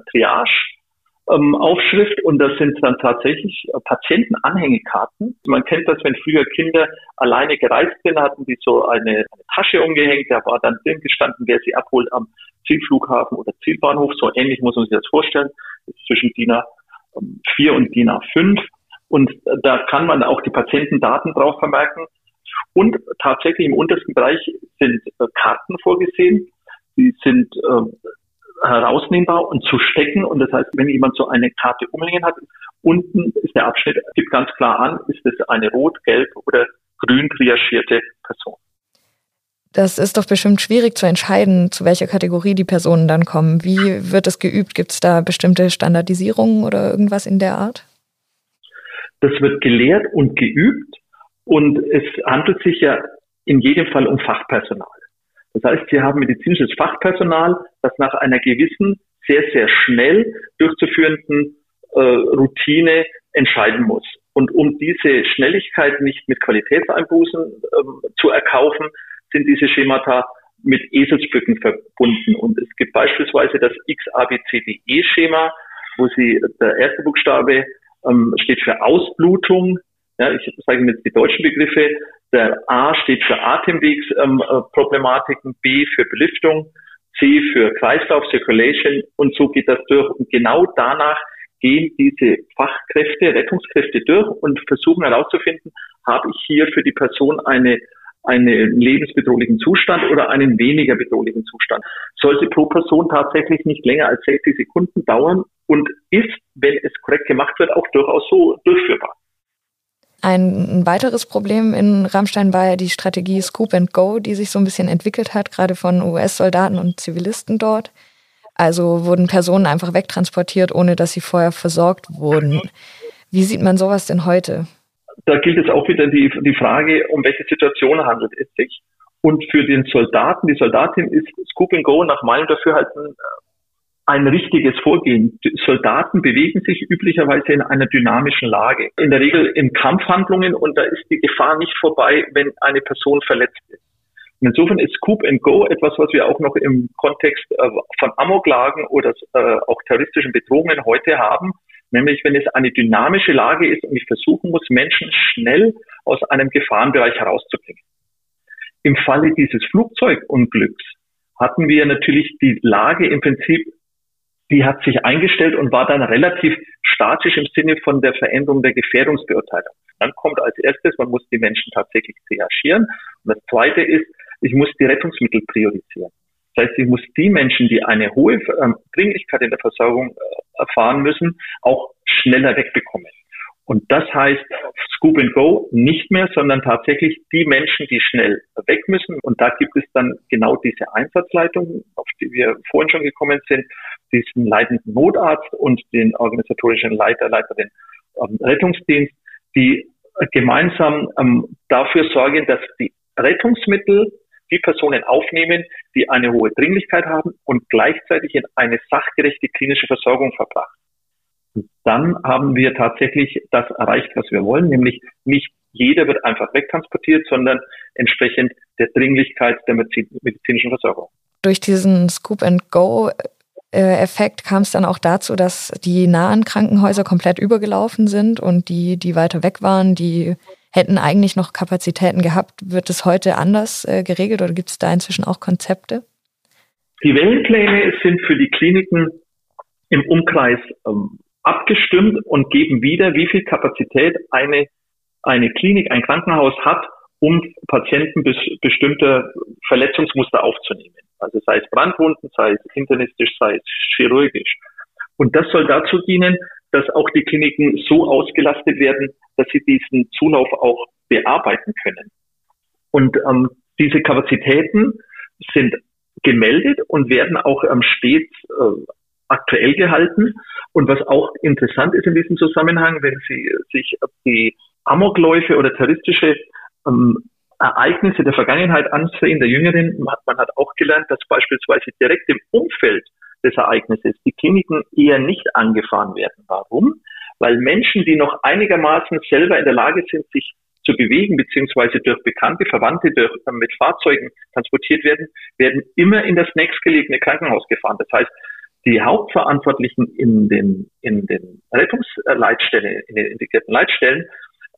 S5: Triage-Aufschrift und das sind dann tatsächlich Patientenanhängekarten. Man kennt das, wenn früher Kinder alleine gereist sind, hatten die so eine Tasche umgehängt, da war dann drin gestanden, wer sie abholt am Zielflughafen oder Zielbahnhof. So ähnlich muss man sich das vorstellen. Das ist zwischen DIN A4 und DIN A5. Und da kann man auch die Patientendaten drauf vermerken. Und tatsächlich im untersten Bereich sind Karten vorgesehen. Die sind herausnehmbar und zu stecken. Und das heißt, wenn jemand so eine Karte umhängen hat, unten ist der Abschnitt, gibt ganz klar an, ist es eine rot, gelb oder grün triagierte Person.
S3: Das ist doch bestimmt schwierig zu entscheiden, zu welcher Kategorie die Personen dann kommen. Wie wird es geübt? Gibt es da bestimmte Standardisierungen oder irgendwas in der Art?
S5: Das wird gelehrt und geübt und es handelt sich ja in jedem Fall um Fachpersonal. Das heißt, Sie haben medizinisches Fachpersonal, das nach einer gewissen, sehr, sehr schnell durchzuführenden Routine entscheiden muss. Und um diese Schnelligkeit nicht mit Qualitätseinbußen zu erkaufen, sind diese Schemata mit Eselsbrücken verbunden. Und es gibt beispielsweise das XABCDE-Schema, wo der erste Buchstabe steht für Ausblutung. Ja, ich sage Ihnen jetzt die deutschen Begriffe. Der A steht für Atemwegsproblematiken, B für Belüftung, C für Kreislauf, Circulation und so geht das durch. Und genau danach gehen diese Fachkräfte, Rettungskräfte durch und versuchen herauszufinden, habe ich hier für die Person einen lebensbedrohlichen Zustand oder einen weniger bedrohlichen Zustand. Sollte pro Person tatsächlich nicht länger als 60 Sekunden dauern und ist, wenn es korrekt gemacht wird, auch durchaus so durchführbar.
S3: Ein weiteres Problem in Ramstein war ja die Strategie Scoop and Go, die sich so ein bisschen entwickelt hat, gerade von US-Soldaten und Zivilisten dort. Also wurden Personen einfach wegtransportiert, ohne dass sie vorher versorgt wurden. Wie sieht man sowas denn heute?
S5: Da gilt es auch wieder die Frage, um welche Situation handelt es sich. Und für den Soldaten, die Soldatin ist Scoop and Go nach meinem Dafürhalten ein richtiges Vorgehen. Die Soldaten bewegen sich üblicherweise in einer dynamischen Lage. In der Regel in Kampfhandlungen und da ist die Gefahr nicht vorbei, wenn eine Person verletzt ist. Und insofern ist Scoop and Go etwas, was wir auch noch im Kontext von Amoklagen oder auch terroristischen Bedrohungen heute haben. Nämlich, wenn es eine dynamische Lage ist und ich versuchen muss, Menschen schnell aus einem Gefahrenbereich herauszubringen. Im Falle dieses Flugzeugunglücks hatten wir natürlich die Lage im Prinzip, die hat sich eingestellt und war dann relativ statisch im Sinne von der Veränderung der Gefährdungsbeurteilung. Dann kommt als erstes, man muss die Menschen tatsächlich triagieren. Und das Zweite ist, ich muss die Rettungsmittel priorisieren. Das heißt, ich muss die Menschen, die eine hohe Dringlichkeit in der Versorgung erfahren müssen, auch schneller wegbekommen. Und das heißt Scoop and Go nicht mehr, sondern tatsächlich die Menschen, die schnell weg müssen. Und da gibt es dann genau diese Einsatzleitung, auf die wir vorhin schon gekommen sind, diesen leitenden Notarzt und den organisatorischen Leiterin Rettungsdienst, die gemeinsam dafür sorgen, dass die Rettungsmittel die Personen aufnehmen, die eine hohe Dringlichkeit haben und gleichzeitig in eine sachgerechte klinische Versorgung verbracht. Und dann haben wir tatsächlich das erreicht, was wir wollen, nämlich nicht jeder wird einfach wegtransportiert, sondern entsprechend der Dringlichkeit der medizinischen Versorgung.
S3: Durch diesen Scoop-and-Go-Effekt kam es dann auch dazu, dass die nahen Krankenhäuser komplett übergelaufen sind und die weiter weg waren, die hätten eigentlich noch Kapazitäten gehabt. Wird es heute anders geregelt oder gibt es da inzwischen auch Konzepte?
S5: Die Wellenpläne sind für die Kliniken im Umkreis abgestimmt und geben wieder, wie viel Kapazität eine Klinik, ein Krankenhaus hat, um Patienten bestimmter Verletzungsmuster aufzunehmen. Also sei es Brandwunden, sei es internistisch, sei es chirurgisch. Und das soll dazu dienen, dass auch die Kliniken so ausgelastet werden, dass sie diesen Zulauf auch bearbeiten können. Und diese Kapazitäten sind gemeldet und werden auch stets aktuell gehalten. Und was auch interessant ist in diesem Zusammenhang, wenn Sie sich die Amokläufe oder terroristische Ereignisse der Vergangenheit ansehen, der Jüngeren, man hat auch gelernt, dass beispielsweise direkt im Umfeld des Ereignisses die Kliniken eher nicht angefahren werden. Warum? Weil Menschen, die noch einigermaßen selber in der Lage sind, sich zu bewegen, beziehungsweise durch bekannte Verwandte mit Fahrzeugen transportiert werden, werden immer in das nächstgelegene Krankenhaus gefahren. Das heißt, die Hauptverantwortlichen in den Rettungsleitstellen, in den integrierten Leitstellen,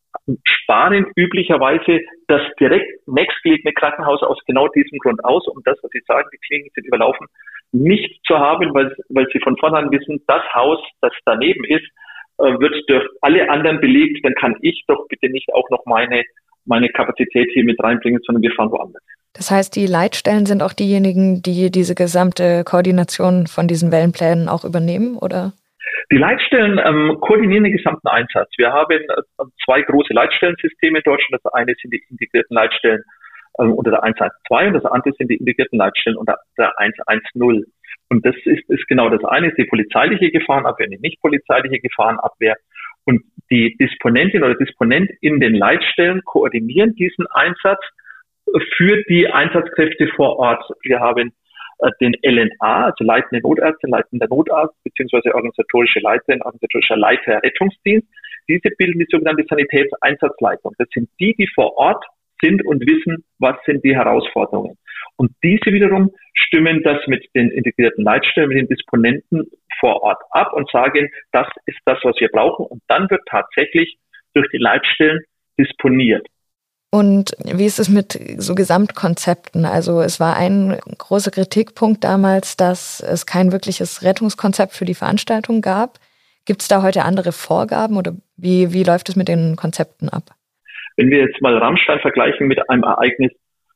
S5: sparen üblicherweise das direkt nächstgelegene Krankenhaus aus genau diesem Grund aus, um das, was Sie sagen, die Kliniken sind überlaufen, nicht zu haben, weil sie von vornherein wissen, das Haus, das daneben ist, wird durch alle anderen belegt, dann kann ich doch bitte nicht auch noch meine Kapazität hier mit reinbringen, sondern wir fahren woanders.
S3: Das heißt, die Leitstellen sind auch diejenigen, die diese gesamte Koordination von diesen Wellenplänen auch übernehmen, oder?
S5: Die Leitstellen koordinieren den gesamten Einsatz. Wir haben 2 große Leitstellensysteme in Deutschland. Das eine sind die integrierten Leitstellen unter der 112 und das andere sind die integrierten Leitstellen unter der 110. Und das ist genau das eine, ist die polizeiliche Gefahrenabwehr, die nicht polizeiliche Gefahrenabwehr. Und die Disponentin oder Disponent in den Leitstellen koordinieren diesen Einsatz für die Einsatzkräfte vor Ort. Wir haben den LNA, also leitende Notärztin, leitender Notarzt, beziehungsweise organisatorische Leiterin, organisatorischer Leiter Rettungsdienst. Diese bilden die sogenannte Sanitätseinsatzleitung. Das sind die vor Ort sind und wissen, was sind die Herausforderungen. Und diese wiederum stimmen das mit den integrierten Leitstellen, mit den Disponenten vor Ort ab und sagen, das ist das, was wir brauchen. Und dann wird tatsächlich durch die Leitstellen disponiert.
S3: Und wie ist es mit so Gesamtkonzepten? Also es war ein großer Kritikpunkt damals, dass es kein wirkliches Rettungskonzept für die Veranstaltung gab. Gibt es da heute andere Vorgaben oder wie läuft es mit den Konzepten ab?
S5: Wenn wir jetzt mal Rammstein vergleichen mit einem Ereignis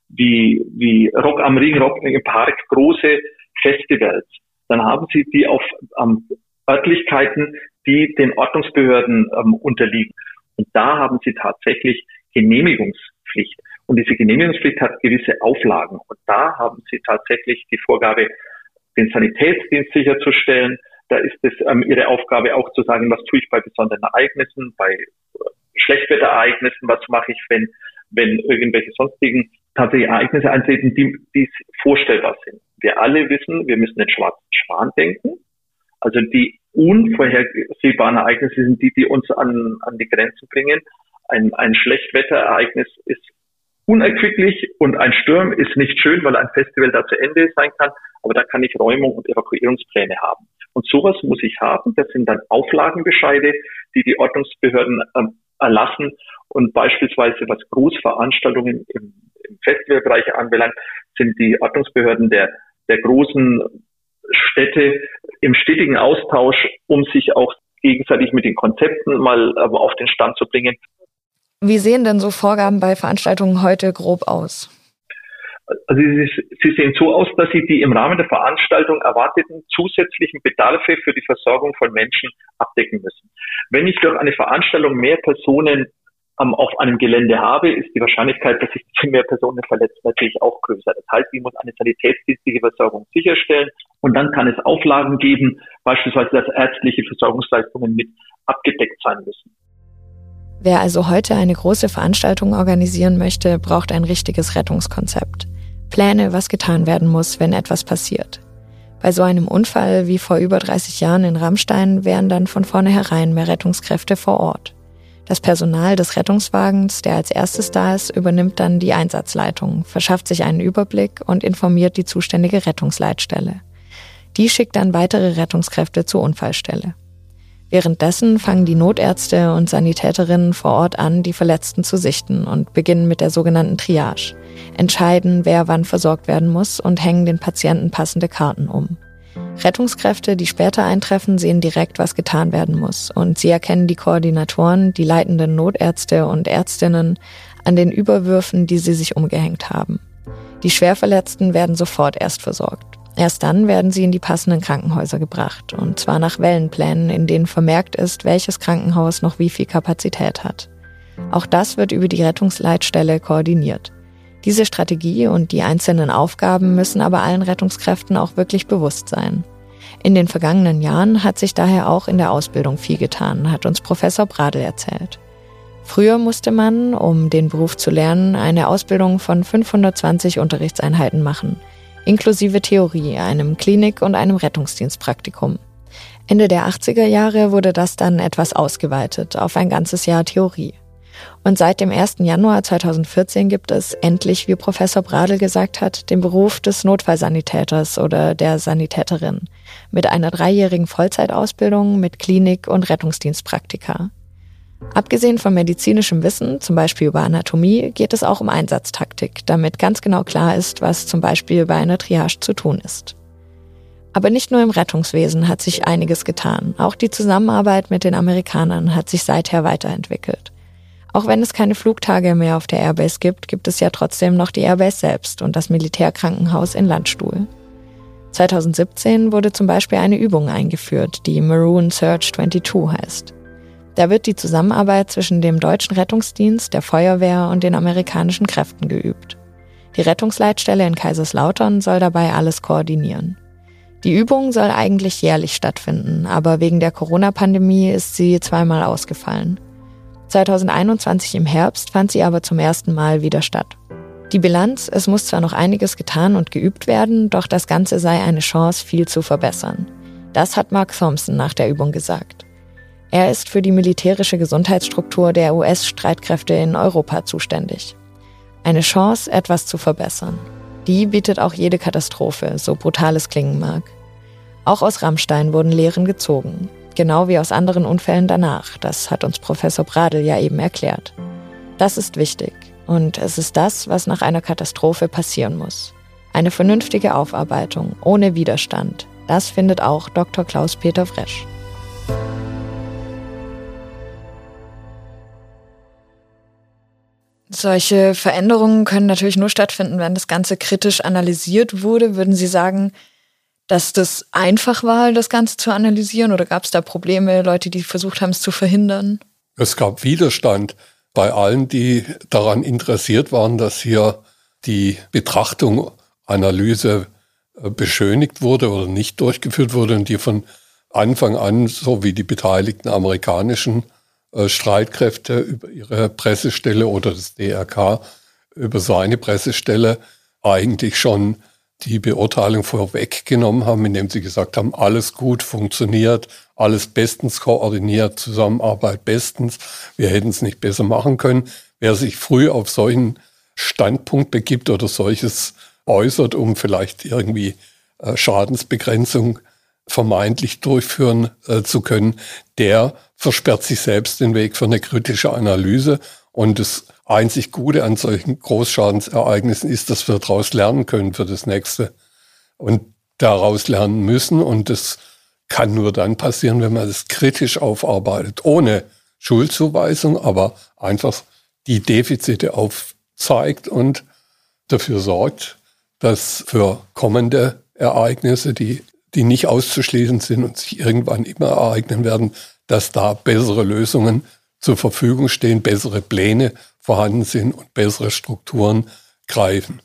S5: wie Rock am Ring, Rock im Park, große Festivals, dann haben Sie die auf Örtlichkeiten, die den Ordnungsbehörden unterliegen. Und da haben Sie tatsächlich Genehmigungspflicht. Und diese Genehmigungspflicht hat gewisse Auflagen. Und da haben Sie tatsächlich die Vorgabe, den Sanitätsdienst sicherzustellen. Da ist es Ihre Aufgabe auch zu sagen, was tue ich bei besonderen Ereignissen, bei Schlechtwetterereignissen, was mache ich, wenn irgendwelche sonstigen tatsächlich Ereignisse eintreten, die vorstellbar sind. Wir alle wissen, wir müssen den schwarzen Schwan denken. Also die unvorhersehbaren Ereignisse sind die uns an die Grenzen bringen. Ein Schlechtwetterereignis ist unerquicklich und ein Sturm ist nicht schön, weil ein Festival da zu Ende sein kann. Aber da kann ich Räumung und Evakuierungspläne haben. Und sowas muss ich haben. Das sind dann Auflagenbescheide, die Ordnungsbehörden erlassen. Und beispielsweise, was Großveranstaltungen im Festivalbereich anbelangt, sind die Ordnungsbehörden der großen Städte im stetigen Austausch, um sich auch gegenseitig mit den Konzepten mal auf den Stand zu bringen.
S3: Wie sehen denn so Vorgaben bei Veranstaltungen heute grob aus?
S5: Also sie sehen so aus, dass sie die im Rahmen der Veranstaltung erwarteten zusätzlichen Bedarfe für die Versorgung von Menschen abdecken müssen. Wenn ich durch eine Veranstaltung mehr Personen auf einem Gelände habe, ist die Wahrscheinlichkeit, dass sich mehr Personen verletzen, natürlich auch größer. Das heißt, ich muss eine sanitätsdienstliche Versorgung sicherstellen und dann kann es Auflagen geben, beispielsweise, dass ärztliche Versorgungsleistungen mit abgedeckt sein müssen.
S3: Wer also heute eine große Veranstaltung organisieren möchte, braucht ein richtiges Rettungskonzept. Pläne, was getan werden muss, wenn etwas passiert. Bei so einem Unfall wie vor über 30 Jahren in Rammstein wären dann von vornherein mehr Rettungskräfte vor Ort. Das Personal des Rettungswagens, der als erstes da ist, übernimmt dann die Einsatzleitung, verschafft sich einen Überblick und informiert die zuständige Rettungsleitstelle. Die schickt dann weitere Rettungskräfte zur Unfallstelle. Währenddessen fangen die Notärzte und Sanitäterinnen vor Ort an, die Verletzten zu sichten und beginnen mit der sogenannten Triage, entscheiden, wer wann versorgt werden muss und hängen den Patienten passende Karten um. Rettungskräfte, die später eintreffen, sehen direkt, was getan werden muss und sie erkennen die Koordinatoren, die leitenden Notärzte und Ärztinnen an den Überwürfen, die sie sich umgehängt haben. Die Schwerverletzten werden sofort erst versorgt. Erst dann werden sie in die passenden Krankenhäuser gebracht, und zwar nach Wellenplänen, in denen vermerkt ist, welches Krankenhaus noch wie viel Kapazität hat. Auch das wird über die Rettungsleitstelle koordiniert. Diese Strategie und die einzelnen Aufgaben müssen aber allen Rettungskräften auch wirklich bewusst sein. In den vergangenen Jahren hat sich daher auch in der Ausbildung viel getan, hat uns Professor Bradl erzählt. Früher musste man, um den Beruf zu lernen, eine Ausbildung von 520 Unterrichtseinheiten machen, inklusive Theorie, einem Klinik- und einem Rettungsdienstpraktikum. Ende der 80er Jahre wurde das dann etwas ausgeweitet auf ein ganzes Jahr Theorie. Und seit dem 1. Januar 2014 gibt es endlich, wie Professor Bradl gesagt hat, den Beruf des Notfallsanitäters oder der Sanitäterin mit einer 3-jährigen Vollzeitausbildung mit Klinik- und Rettungsdienstpraktika. Abgesehen von medizinischem Wissen, zum Beispiel über Anatomie, geht es auch um Einsatztaktik, damit ganz genau klar ist, was zum Beispiel bei einer Triage zu tun ist. Aber nicht nur im Rettungswesen hat sich einiges getan. Auch die Zusammenarbeit mit den Amerikanern hat sich seither weiterentwickelt. Auch wenn es keine Flugtage mehr auf der Airbase gibt, gibt es ja trotzdem noch die Airbase selbst und das Militärkrankenhaus in Landstuhl. 2017 wurde zum Beispiel eine Übung eingeführt, die Maroon Search 22 heißt. Da wird die Zusammenarbeit zwischen dem deutschen Rettungsdienst, der Feuerwehr und den amerikanischen Kräften geübt. Die Rettungsleitstelle in Kaiserslautern soll dabei alles koordinieren. Die Übung soll eigentlich jährlich stattfinden, aber wegen der Corona-Pandemie ist sie 2-mal ausgefallen. 2021 im Herbst fand sie aber zum ersten Mal wieder statt. Die Bilanz: Es muss zwar noch einiges getan und geübt werden, doch das Ganze sei eine Chance, viel zu verbessern. Das hat Mark Thompson nach der Übung gesagt. Er ist für die militärische Gesundheitsstruktur der US-Streitkräfte in Europa zuständig. Eine Chance, etwas zu verbessern. Die bietet auch jede Katastrophe, so brutal es klingen mag. Auch aus Ramstein wurden Lehren gezogen. Genau wie aus anderen Unfällen danach. Das hat uns Professor Bradl ja eben erklärt. Das ist wichtig. Und es ist das, was nach einer Katastrophe passieren muss. Eine vernünftige Aufarbeitung, ohne Widerstand. Das findet auch Dr. Klaus-Peter Fresch. Solche Veränderungen können natürlich nur stattfinden, wenn das Ganze kritisch analysiert wurde. Würden Sie sagen, dass das einfach war, das Ganze zu analysieren? Oder gab es da Probleme, Leute, die versucht haben, es zu verhindern?
S4: Es gab Widerstand bei allen, die daran interessiert waren, dass hier die Betrachtung, Analyse beschönigt wurde oder nicht durchgeführt wurde und die von Anfang an, so wie die beteiligten amerikanischen Streitkräfte über ihre Pressestelle oder das DRK über seine Pressestelle eigentlich schon die Beurteilung vorweggenommen haben, indem sie gesagt haben, alles gut funktioniert, alles bestens koordiniert, Zusammenarbeit bestens, wir hätten es nicht besser machen können. Wer sich früh auf solchen Standpunkt begibt oder solches äußert, um vielleicht irgendwie Schadensbegrenzung vermeintlich durchführen zu können, der versperrt sich selbst den Weg für eine kritische Analyse. Und das einzig Gute an solchen Großschadensereignissen ist, dass wir daraus lernen können für das nächste und daraus lernen müssen. Und das kann nur dann passieren, wenn man das kritisch aufarbeitet, ohne Schuldzuweisung, aber einfach die Defizite aufzeigt und dafür sorgt, dass für kommende Ereignisse, die nicht auszuschließen sind und sich irgendwann immer ereignen werden, dass da bessere Lösungen zur Verfügung stehen, bessere Pläne vorhanden sind und bessere Strukturen greifen.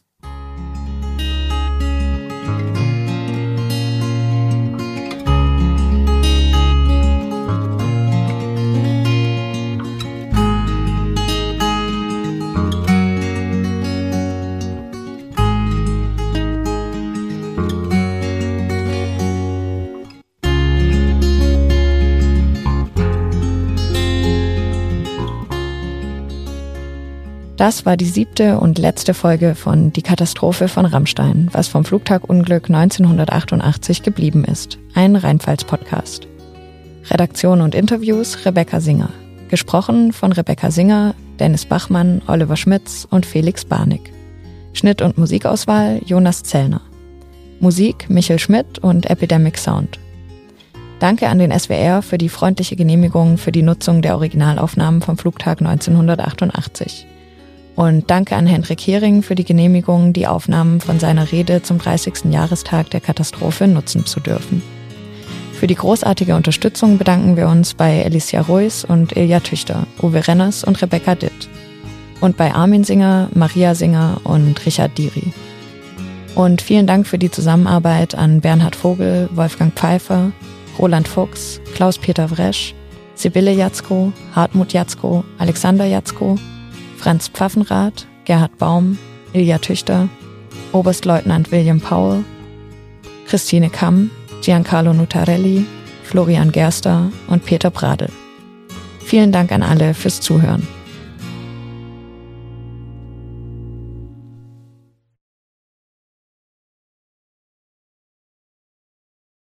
S3: Das war die 7. und letzte Folge von Die Katastrophe von Ramstein, was vom Flugtagunglück 1988 geblieben ist. Ein Rheinpfalz-Podcast. Redaktion und Interviews Rebecca Singer. Gesprochen von Rebecca Singer, Dennis Bachmann, Oliver Schmitz und Felix Barnig. Schnitt und Musikauswahl Jonas Zellner. Musik Michael Schmidt und Epidemic Sound. Danke an den SWR für die freundliche Genehmigung für die Nutzung der Originalaufnahmen vom Flugtag 1988. Und danke an Hendrik Hering für die Genehmigung, die Aufnahmen von seiner Rede zum 30. Jahrestag der Katastrophe nutzen zu dürfen. Für die großartige Unterstützung bedanken wir uns bei Alicia Ruiz und Ilja Tüchter, Uwe Renners und Rebecca Ditt. Und bei Armin Singer, Maria Singer und Richard Diri. Und vielen Dank für die Zusammenarbeit an Bernhard Vogel, Wolfgang Pfeiffer, Roland Fuchs, Klaus-Peter Fresch, Sibylle Jatzko, Hartmut Jatzko, Alexander Jatzko, Franz Pfaffenrath, Gerhard Baum, Ilja Tüchter, Oberstleutnant William Powell, Christine Kamm, Giancarlo Nutarelli, Florian Gerster und Peter Bradl. Vielen Dank an alle fürs Zuhören.